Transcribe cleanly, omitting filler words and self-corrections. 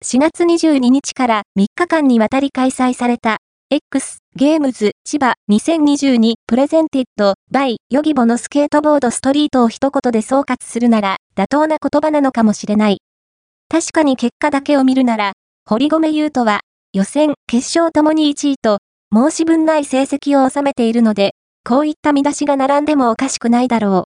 4月22日から3日間にわたり開催された X ゲームズ千葉2022プレゼンティッドバイヨギボのスケートボードストリートを一言で総括するなら妥当な言葉なのかもしれない。確かに結果だけを見るなら、堀米雄斗は予選、決勝ともに1位と申し分ない成績を収めているので、こういった見出しが並んでもおかしくないだろう。